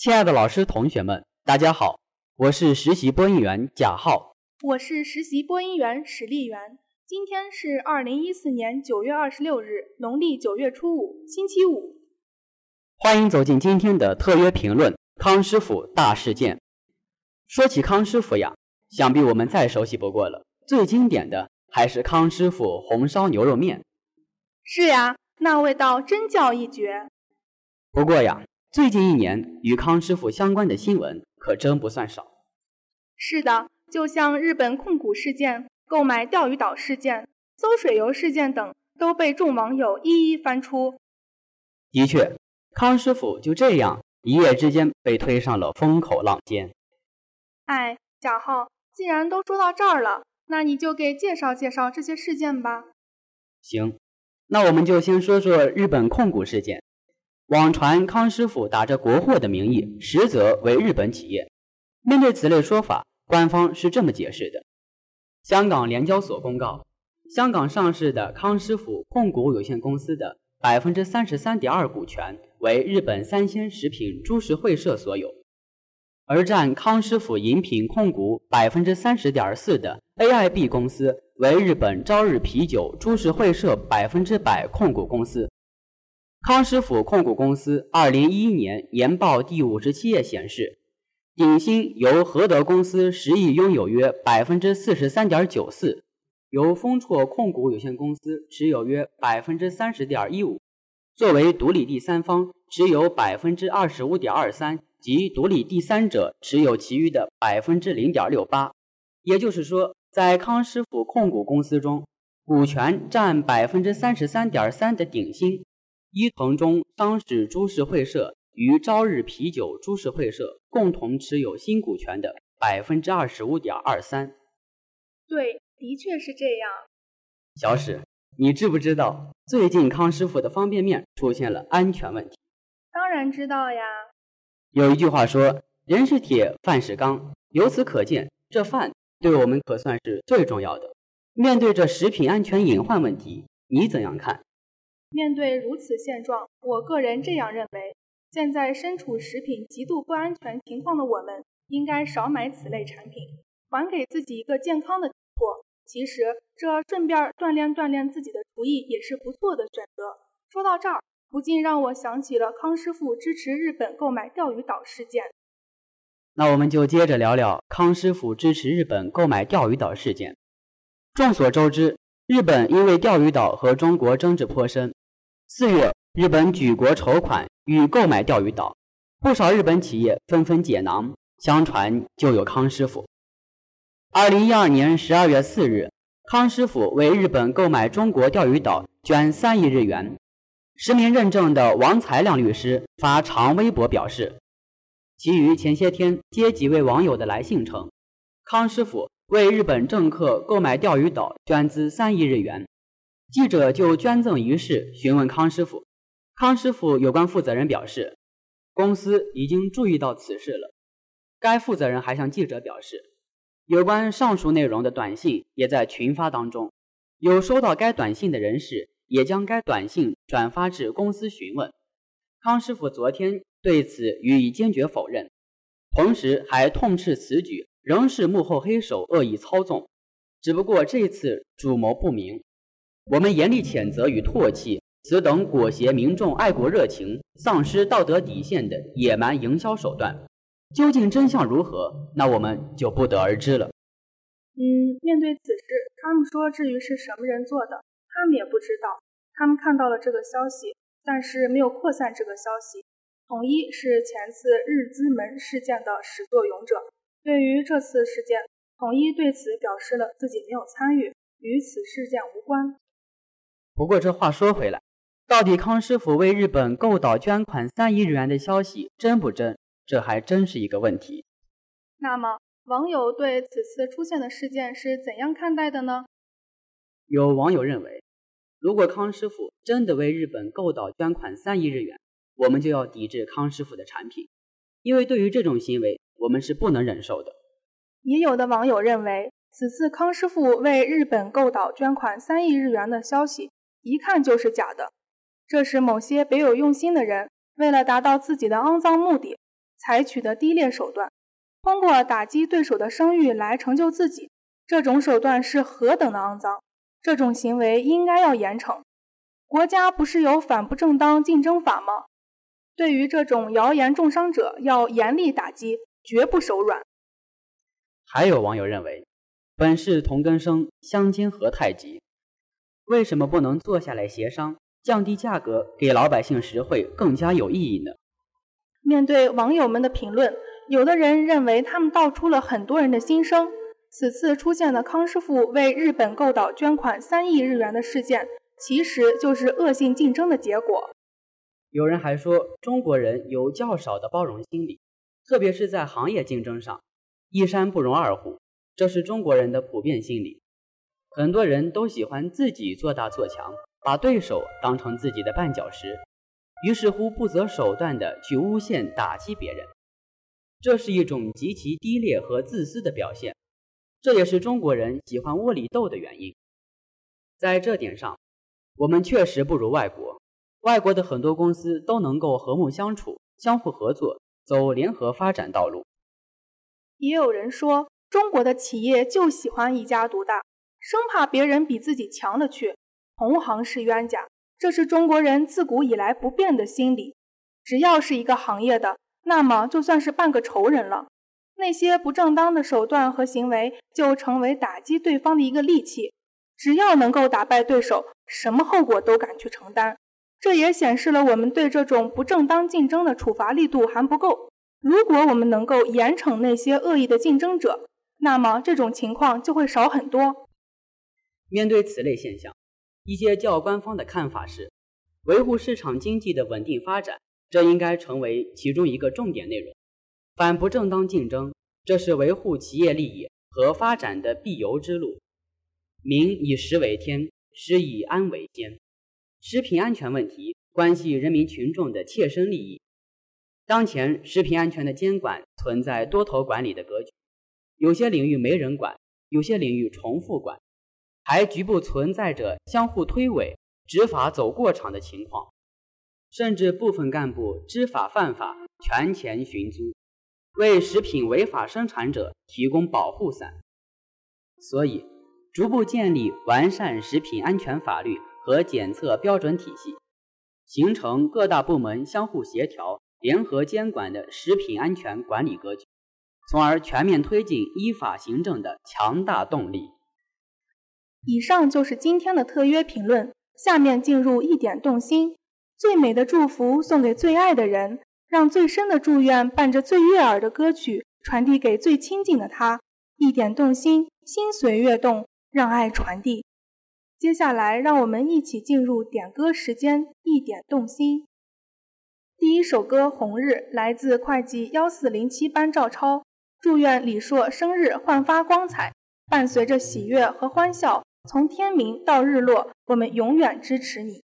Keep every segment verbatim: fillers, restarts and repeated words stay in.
亲爱的老师、同学们，大家好，我是实习播音员贾浩。 我是实习播音员史丽媛。今天是二零一四年九月二十六日，农历九月初五，星期五。 欢迎走进今天的特约评论康师傅大事件。说起康师傅呀，想必我们再熟悉不过了，最经典的还是康师傅红烧牛肉面。 是呀，那味道真叫一绝。 不过呀，最近一年与康师傅相关的新闻可真不算少。 是的，就像日本控股事件、购买钓鱼岛事件、馊水油事件等，都被众网友一一翻出。 的确，康师傅就这样一夜之间被推上了风口浪尖。 哎，贾浩，既然都说到这儿了，那你就给介绍介绍这些事件吧。 行，那我们就先说说日本控股事件。网传康师傅打着国货的名义，实则为日本企业。面对此类说法，官方是这么解释的：香港联交所公告，香港上市的康师傅控股有限公司的 百分之三十三点二 股权为日本三鲜食品株式会社所有，而占康师傅饮品控股 百分之三十点四 的 A I B 公司为日本朝日啤酒株式会社百分之百控股公司。康师傅控股公司二零一一年年报第五十七页显示，鼎新由和德公司实益拥有约 百分之四十三点九四， 由丰绰控股有限公司持有约 百分之三十点一五， 作为独立第三方持有 百分之二十五点二三， 及独立第三者持有其余的 百分之零点六八。 也就是说，在康师傅控股公司中，股权占 百分之三十三点三 的鼎新、伊藤忠商事株式会社与朝日啤酒株式会社共同持有新股权的 百分之二十五点二三。 对，的确是这样。 小史，你知不知道最近康师傅的方便面出现了安全问题？ 当然知道呀。 有一句话说，人是铁，饭是钢，由此可见，这饭对我们可算是最重要的。面对这食品安全隐患问题，你怎样看？ 面对如此现状，我个人这样认为，现在身处食品极度不安全情况的我们，应该少买此类产品，还给自己一个健康的体魄。其实，这顺便锻炼锻炼自己的厨艺也是不错的选择。说到这儿，不禁让我想起了康师傅支持日本购买钓鱼岛事件。 那我们就接着聊聊康师傅支持日本购买钓鱼岛事件。众所周知，日本因为钓鱼岛和中国争执颇深。四月，日本举国筹款欲购买钓鱼岛，不少日本企业纷纷解囊，相传就有康师傅。二零一二年十二月四日，康师傅为日本购买中国钓鱼岛捐三亿日元。实名认证的王才亮律师发长微博表示，其余前些天接几位网友的来信称，康师傅为日本政客购买钓鱼岛捐资三亿日元。记者就捐赠一事询问康师傅，康师傅有关负责人表示，公司已经注意到此事了。该负责人还向记者表示，有关上述内容的短信也在群发当中，有收到该短信的人士也将该短信转发至公司询问。康师傅昨天对此予以坚决否认，同时还痛斥此举仍是幕后黑手恶意操纵，只不过这次主谋不明。我们严厉谴责与唾弃此等裹挟民众爱国热情、丧失道德底线的野蛮营销手段。究竟真相如何，那我们就不得而知了。 嗯，面对此事，他们说至于是什么人做的，他们也不知道。他们看到了这个消息，但是没有扩散这个消息。统一是前次日资门事件的始作俑者，对于这次事件，统一对此表示了自己没有参与，与此事件无关。 不过这话说回来，到底康师傅为日本购岛捐款三亿日元的消息真不真？这还真是一个问题。 那么，网友对此次出现的事件是怎样看待的呢？ 有网友认为，如果康师傅真的为日本购岛捐款三亿日元，我们就要抵制康师傅的产品，因为对于这种行为，我们是不能忍受的。 也有的网友认为，此次康师傅为日本购岛捐款三亿日元的消息一看就是假的，这是某些别有用心的人为了达到自己的肮脏目的， 采取的低劣手段，通过打击对手的声誉来成就自己，这种手段是何等的肮脏，这种行为应该要严惩。国家不是有反不正当竞争法吗？对于这种谣言重伤者，要严厉打击，绝不手软。 还有网友认为，本是同根生，相煎何太急？为什么不能坐下来协商，降低价格，给老百姓实惠，更加有意义呢？ 面对网友们的评论，有的人认为他们道出了很多人的心声。此次出现的康师傅为日本购岛捐款三亿日元的事件，其实就是恶性竞争的结果。 有人还说，中国人有较少的包容心理，特别是在行业竞争上，一山不容二虎，这是中国人的普遍心理。很多人都喜欢自己做大做强，把对手当成自己的绊脚石，于是乎不择手段地去诬陷打击别人，这是一种极其低劣和自私的表现，这也是中国人喜欢窝里斗的原因。在这点上，我们确实不如外国，外国的很多公司都能够和睦相处，相互合作，走联合发展道路。 也有人说，中国的企业就喜欢一家独大，生怕别人比自己强了去，同行是冤家，这是中国人自古以来不变的心理。只要是一个行业的，那么就算是半个仇人了。那些不正当的手段和行为就成为打击对方的一个利器，只要能够打败对手，什么后果都敢去承担。这也显示了我们对这种不正当竞争的处罚力度还不够。如果我们能够严惩那些恶意的竞争者，那么这种情况就会少很多。 面对此类现象，一些较官方的看法是，维护市场经济的稳定发展，这应该成为其中一个重点内容。反不正当竞争，这是维护企业利益和发展的必由之路。民以食为天，食以安为先。食品安全问题关系人民群众的切身利益。当前食品安全的监管存在多头管理的格局，有些领域没人管，有些领域重复管，还局部存在着相互推诿、执法走过场的情况，甚至部分干部知法犯法，权钱寻租，为食品违法生产者提供保护伞。所以，逐步建立完善食品安全法律和检测标准体系，形成各大部门相互协调、联合监管的食品安全管理格局，从而全面推进依法行政的强大动力。 以上就是今天的特约评论，下面进入一点动心。最美的祝福送给最爱的人，让最深的祝愿伴着最悦耳的歌曲传递给最亲近的他。一点动心，心随悦动，让爱传递。接下来让我们一起进入点歌时间，一点动心。第一首歌《红日》来自会计一四零七班赵超，祝愿李硕生日焕发光彩，伴随着喜悦和欢笑，从天明到日落，我们永远支持你。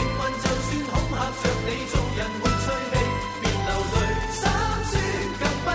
做人沒趣味，別流淚，心酸更不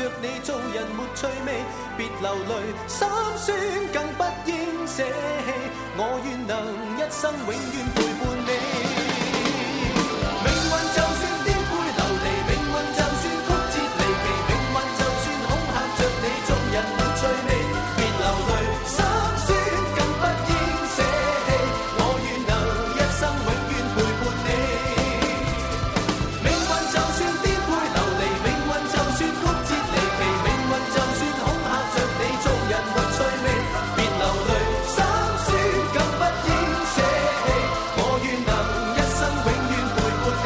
着你做人沒趣味，別流淚，心酸更不應捨棄，我願能一生永遠陪伴你。命運就算顛沛流離，命運就算曲折離奇，命運就算恐嚇着你做人沒趣味，別流淚，心酸更不應捨棄，我願能一生永遠陪伴你。命運就算顛沛流離，命運就算曲折離奇，命運就算恐嚇着你做人沒趣味，別流淚，心酸更不應捨棄，我願能一生永遠陪伴你。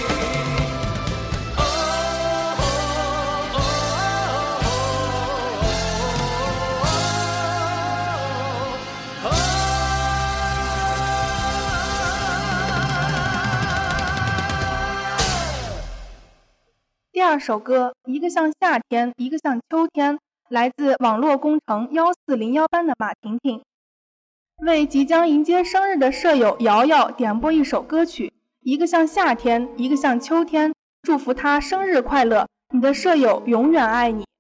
哦哦哦哦哦第二首歌，一个像夏天，一个像秋天，来自网络工程幺四零幺班的马婷婷，为即将迎接生日的舍友瑶瑶点播一首歌曲，一个像夏天，一个像秋天，祝福她生日快乐，你的舍友永远爱你。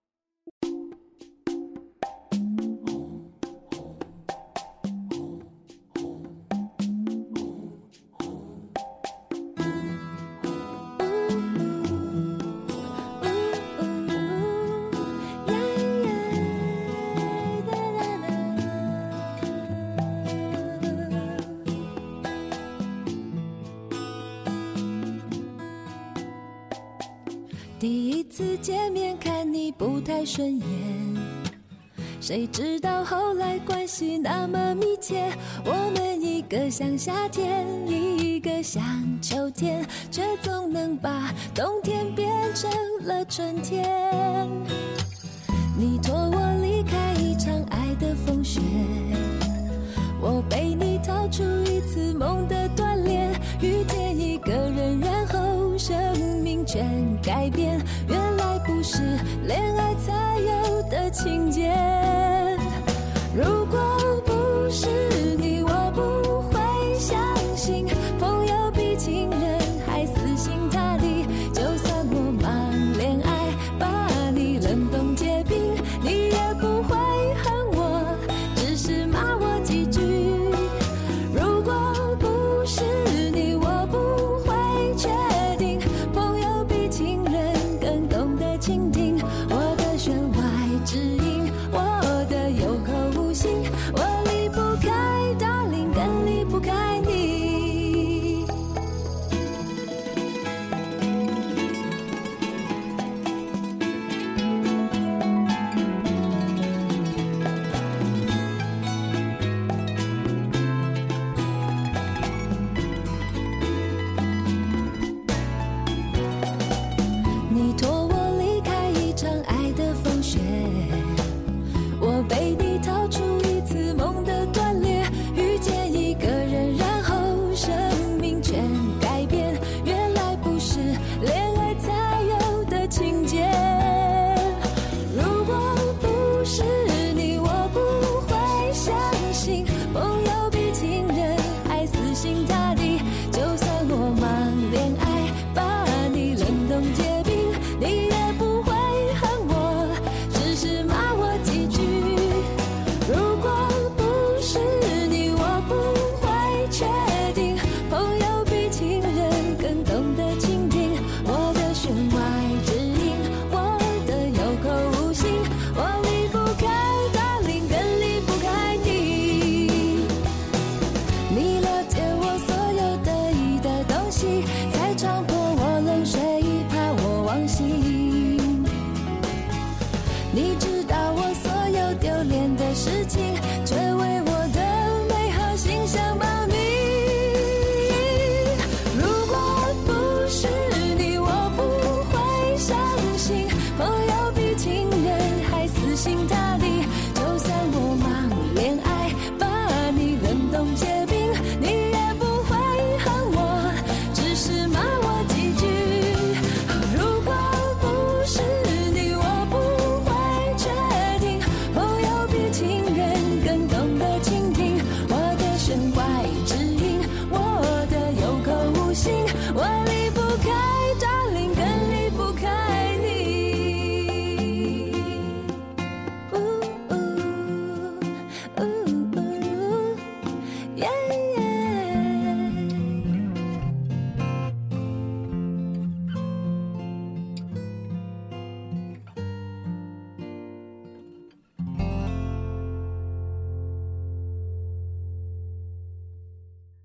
第一次见面看你不太顺眼，谁知道后来关系那么密切，我们一个像夏天，一个像秋天，却总能把冬天变成了春天。你托我离开一场爱的风雪，我被你逃出一次梦的锻炼，遇见一个人，然后生命全改变，原来不是恋爱才有的情节。如果不是你，我不会相信朋友比情人还死心塌地，就算我忙恋爱把你冷冻结冰，你也不会恨我，只是骂我几句。如果不是你，我不会确定朋友比情人更懂得倾听我的弦外之音，我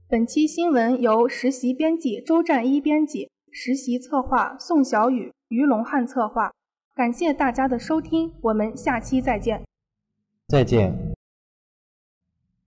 本期新闻由实习编辑周占一编辑，实习策划宋小雨、于龙汉策划。感谢大家的收听，我们下期再见。 再见。